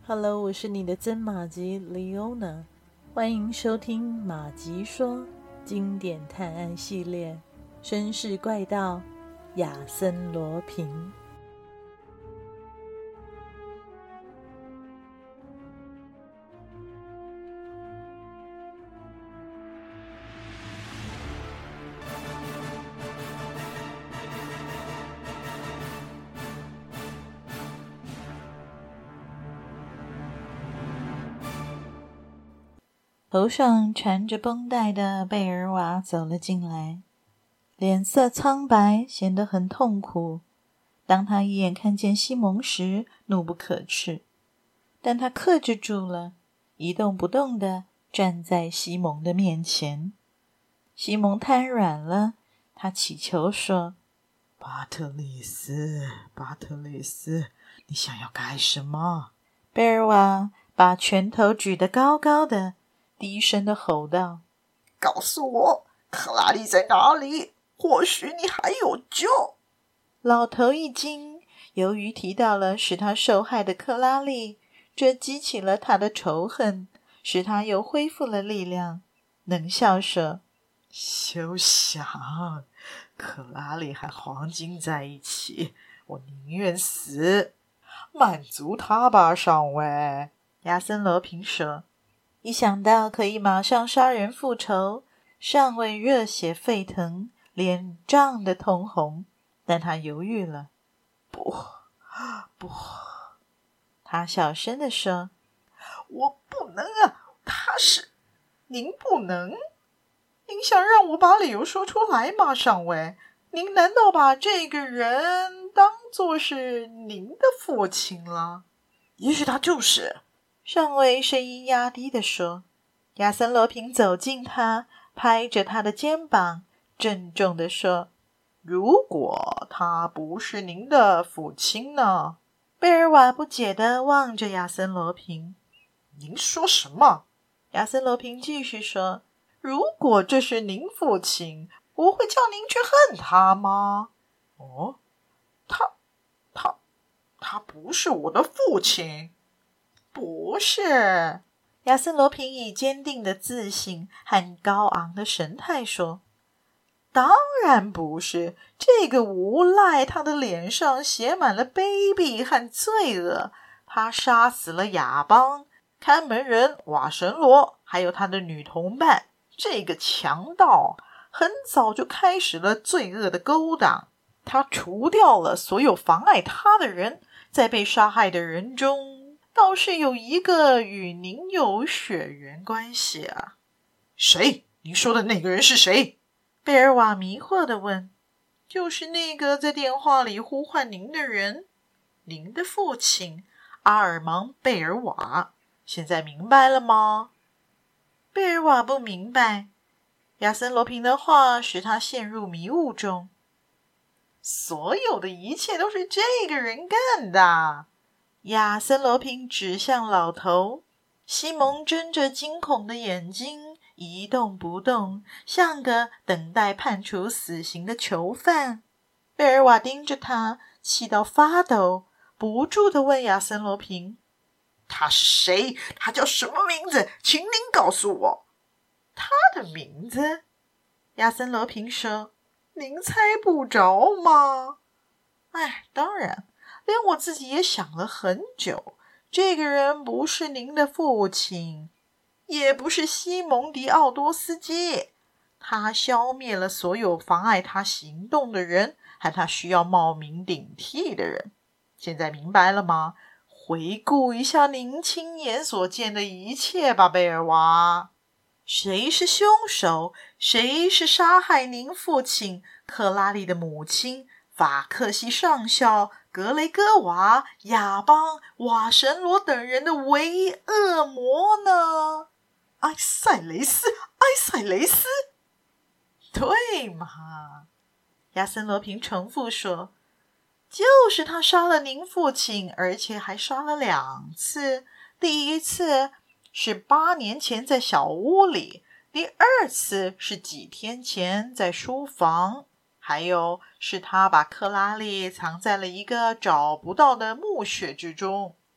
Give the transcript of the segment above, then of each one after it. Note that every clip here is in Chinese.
Hello， 我是你的曾马吉 Leona， 欢迎收听马吉说经典探案系列，绅士怪盗亚森罗平。头上缠着绷带的贝尔瓦走了进来，脸色苍白，显得很痛苦。当他一眼看见西蒙时，怒不可遏，但他克制住了，一动不动地站在西蒙的面前。西蒙瘫软了，他祈求说： 巴特里斯，你想要干什么？ 贝尔瓦把拳头举得高高的，低声地吼道： 告诉我，克拉丽在哪里？或许你还有救。 老头一惊，由于提到了使他受害的克拉丽，这激起了他的仇恨，使他又恢复了力量，冷笑说： 休想，克拉丽和黄金在一起，我宁愿死。满足他吧，上尉。 亚森罗平说。一想到可以马上杀人复仇，上尉热血沸腾，脸涨得通红，但他犹豫了。 不， 他小声地说： 我不能啊，您不能？您想让我把理由说出来吗，上尉？您难道把这个人当作是您的父亲了？也许他就是。 上尉声音压低地说。亚森罗平走近他，拍着他的肩膀，郑重地说： 如果他不是您的父亲呢？ 贝尔瓦不解地望着亚森罗平。 您说什么？ 亚森罗平继续说：如果这是您父亲，我会叫您去恨他吗？ 哦，他不是我的父亲。不是。 亚森罗平以坚定的自信和高昂的神态说：当然不是，这个无赖他的脸上写满了卑鄙和罪恶，他杀死了亚邦、看门人瓦神罗，还有他的女同伴。这个强盗很早就开始了罪恶的勾当，他除掉了所有妨碍他的人，在被杀害的人中倒是有一个与您有血缘关系啊。 谁？您说的那个人是谁？ 贝尔瓦迷惑地问。就是那个在电话里呼唤您的人，您的父亲阿尔芒·贝尔瓦。现在明白了吗？贝尔瓦不明白，亚森罗平的话使他陷入迷雾中。所有的一切都是这个人干的。亚森罗平指向老头。西蒙睁着惊恐的眼睛，一动不动，像个等待判处死刑的囚犯。贝尔瓦盯着他，气到发抖，不住地问亚森罗平： 他是谁？他叫什么名字？请您告诉我。 他的名字？亚森罗平说：您猜不着吗？当然，连我自己也想了很久。这个人不是您的父亲，也不是西蒙迪奥多斯基。他消灭了所有妨碍他行动的人，和他需要冒名顶替的人。现在明白了吗？回顾一下您亲眼所见的一切吧，贝尔瓦。谁是凶手？谁是杀害您父亲克拉丽的母亲法克西上校格雷戈瓦、亚邦、瓦神罗等人的唯一恶魔呢？ 埃塞雷斯！ 对嘛？亚森罗平重复说：就是他杀了您父亲，而且还杀了2次。第一次是8年前在小屋里，第2次是几天前在书房，还有是他把克拉丽藏在了一个找不到的墓穴之中。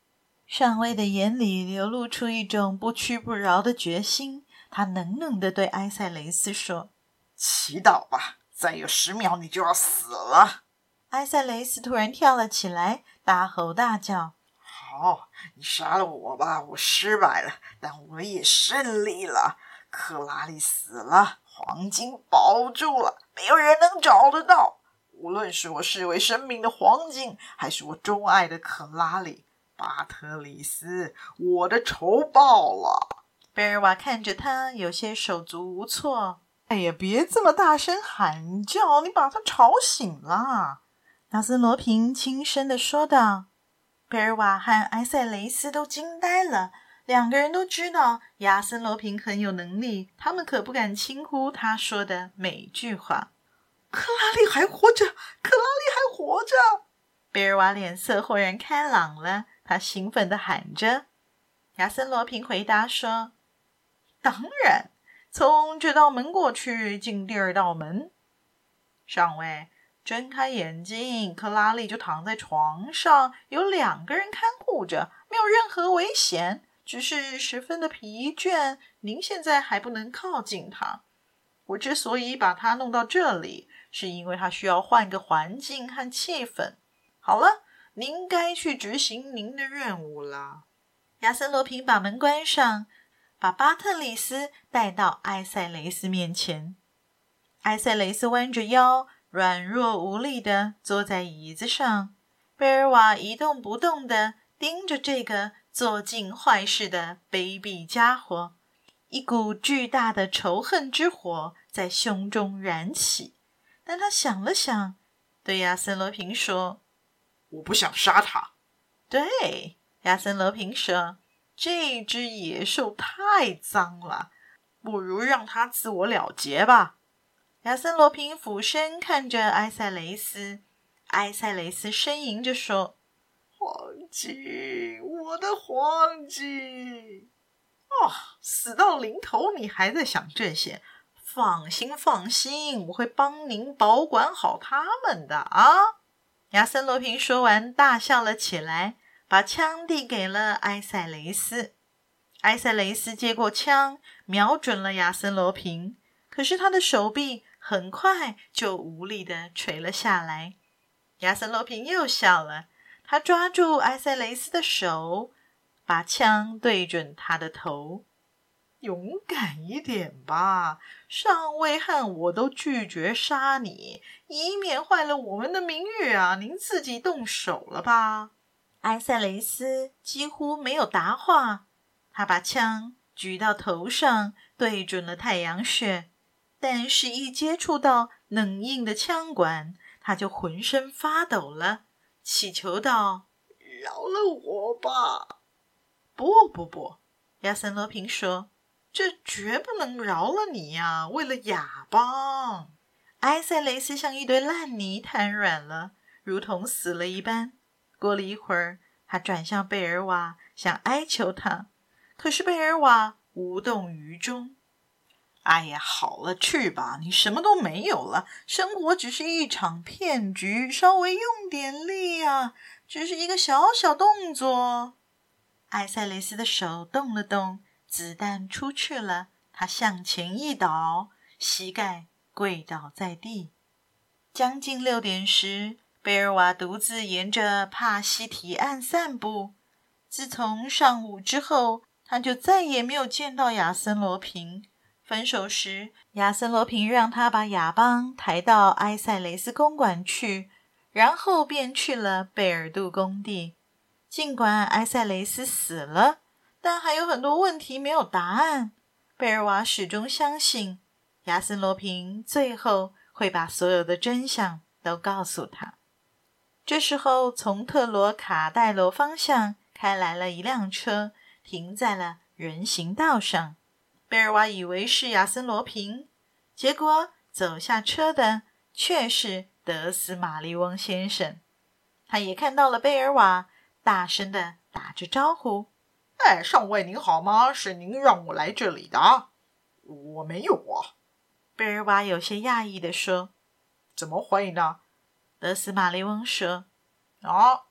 上尉的眼里流露出一种不屈不挠的决心，他冷冷地对埃塞雷斯说： 祈祷吧，再有10秒你就要死了。 埃塞雷斯突然跳了起来，大吼大叫： 好，你杀了我吧，我失败了，但我也胜利了。克拉丽死了，黄金保住了，没有人能找得到。无论是我视为生命的黄金，还是我钟爱的克拉丽，巴特里斯，我的仇报了。 贝尔瓦看着他，有些手足无措。 哎呀，别这么大声喊叫，你把他吵醒了。 亚森罗平轻声地说道。贝尔瓦和埃塞雷斯都惊呆了，两个人都知道亚森罗平很有能力，他们可不敢轻忽他说的每句话。 克拉丽还活着，克拉丽还活着！ 贝尔瓦脸色豁然开朗了，他兴奋地喊着。亚森罗平回答说：当然，从这道门过去，进第2道门。上尉，睁开眼睛，克拉丽就躺在床上，有2个人看护着，没有任何危险，只是十分的疲倦。您现在还不能靠近他。我之所以把他弄到这里，是因为他需要换个环境和气氛。好了，您该去执行您的任务了。亚森罗平把门关上，把巴特里斯带到埃塞雷斯面前。埃塞雷斯弯着腰，软弱无力地坐在椅子上。贝尔瓦一动不动地盯着这个做尽坏事的卑鄙家伙，一股巨大的仇恨之火在胸中燃起。但他想了想，对亚森罗平说： 我不想杀他。 对，亚森罗平说，这只野兽太脏了，不如让它自我了结吧。亚森罗平俯身看着埃塞雷斯，埃塞雷斯呻吟着说： 黄金，我的黄金！ 死到临头你还在想这些？放心放心，我会帮您保管好他们的啊。亚森罗平说完大笑了起来，把枪递给了埃塞雷斯。埃塞雷斯接过枪，瞄准了亚森罗平，可是他的手臂很快就无力地垂了下来。亚森罗平又笑了，他抓住埃塞雷斯的手，把枪对准他的头。勇敢一点吧，上尉和我都拒绝杀你，以免坏了我们的名誉啊！您自己动手了吧？埃塞雷斯几乎没有答话，他把枪举到头上，对准了太阳穴，但是一接触到冷硬的枪管，他就浑身发抖了，祈求道： 饶了我吧！ 不，亚森罗平说，这绝不能饶了你呀！为了亚邦，埃塞雷斯像一堆烂泥瘫软了，如同死了一般。过了一会儿，他转向贝尔瓦，想哀求他，可是贝尔瓦无动于衷。哎呀，好了，去吧，你什么都没有了，生活只是一场骗局，稍微用点力啊，只是一个小小动作。埃塞雷斯的手动了动，子弹出去了，他向前一倒，膝盖跪倒在地。将近6点时，贝尔瓦独自沿着帕西提岸散步。自从上午之后，他就再也没有见到亚森罗平。分手时，亚森罗平让他把亚邦抬到埃塞雷斯公馆去，然后便去了贝尔杜工地。尽管埃塞雷斯死了，但还有很多问题没有答案。贝尔瓦始终相信，亚森罗平最后会把所有的真相都告诉他。这时候，从特罗卡戴罗方向开来了一辆车，停在了人行道上。贝尔瓦以为是亚森罗平，结果走下车的却是德斯玛丽翁先生。他也看到了贝尔瓦，大声地打着招呼： 上尉您好吗？是您让我来这里的。我没有啊。 贝尔瓦有些讶异地说。 怎么会呢？ 德斯玛丽翁说。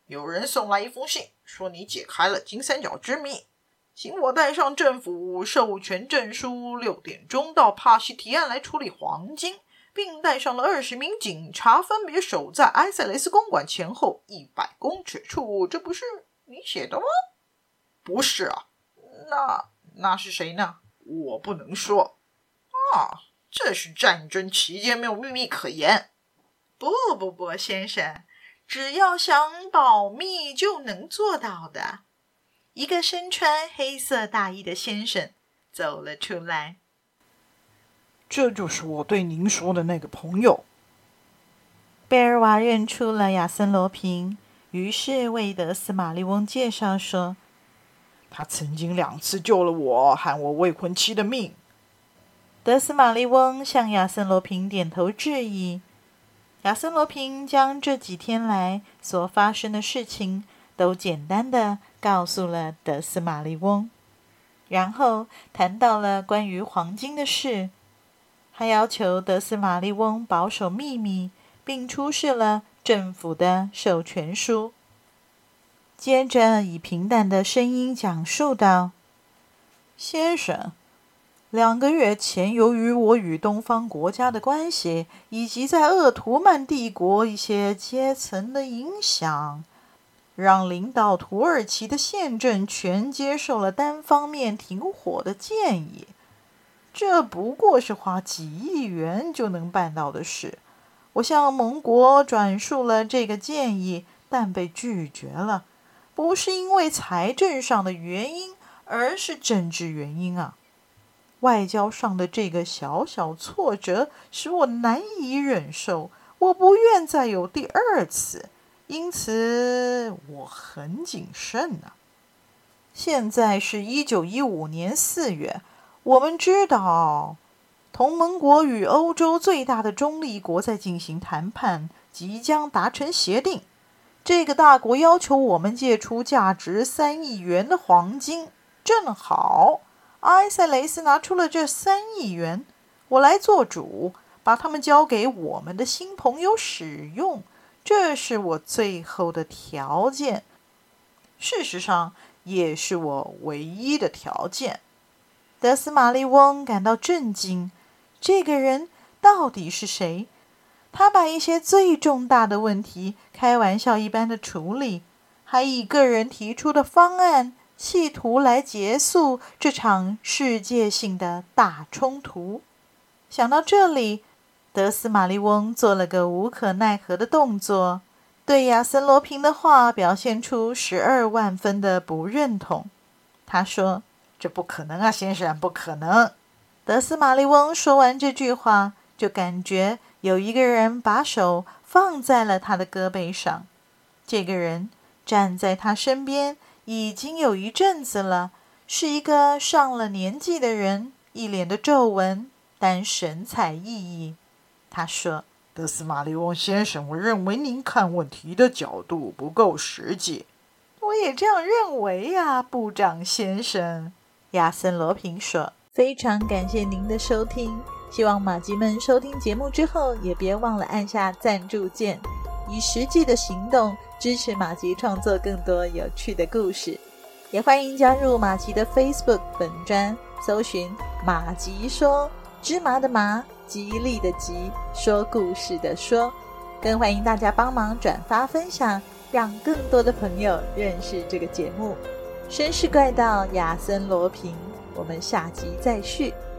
有人送来一封信，说你解开了金三角之谜，请我带上政府授权证书，6点钟到帕西提岸来处理黄金，并带上了20名警察，分别守在埃塞雷斯公馆前后100公尺处。这不是你写的吗？不是啊，那是谁呢？我不能说。这是战争期间，没有秘密可言。 不，先生，只要想保密就能做到的。一个身穿黑色大衣的先生走了出来。 这就是我对您说的那个朋友。 贝尔瓦认出了亚森·罗平，于是为德斯玛利翁介绍说， 他曾经2次救了我和我未婚妻的命。 德斯玛利翁向亚森·罗平点头致意。亚森·罗平将这几天来所发生的事情都简单的告诉了德斯玛利翁，然后谈到了关于黄金的事，还要求德斯玛利翁保守秘密，并出示了政府的授权书。接着以平淡的声音讲述道，先生，2个月前，由于我与东方国家的关系，以及在鄂图曼帝国一些阶层的影响，让领导土耳其的宪政权接受了单方面停火的建议。这不过是花几亿元就能办到的事。我向盟国转述了这个建议，但被拒绝了，不是因为财政上的原因，而是政治原因啊。外交上的这个小小挫折使我难以忍受，我不愿再有第2次，因此我很谨慎啊。现在是1915年4月，我们知道同盟国与欧洲最大的中立国在进行谈判，即将达成协定。这个大国要求我们借出价值3亿元的黄金，正好埃塞雷斯拿出了这3亿元，我来做主，把它们交给我们的新朋友使用，这是我最后的条件，事实上也是我唯一的条件。德斯玛利翁感到震惊，这个人到底是谁？他把一些最重大的问题开玩笑一般的处理，还以个人提出的方案企图来结束这场世界性的大冲突。想到这里，德斯玛利翁做了个无可奈何的动作，对亚森·罗平的话表现出12万分的不认同。他说， 这不可能啊，先生，不可能。 德斯玛利翁说完这句话，就感觉有一个人把手放在了他的胳膊上。这个人站在他身边已经有一阵子了，是一个上了年纪的人，一脸的皱纹，但神采奕奕。他说， 德斯玛利翁先生，我认为您看问题的角度不够实际。 我也这样认为呀，部长先生。亚森·罗平说，非常感谢您的收听，希望马吉们收听节目之后也别忘了按下赞助键，以实际的行动支持马吉创作更多有趣的故事。也欢迎加入马吉的 Facebook 粉专，搜寻马吉说，芝麻的麻，吉利的吉，说故事的说。更欢迎大家帮忙转发分享，让更多的朋友认识这个节目。绅士怪盗亚森·罗平，我们下集再续。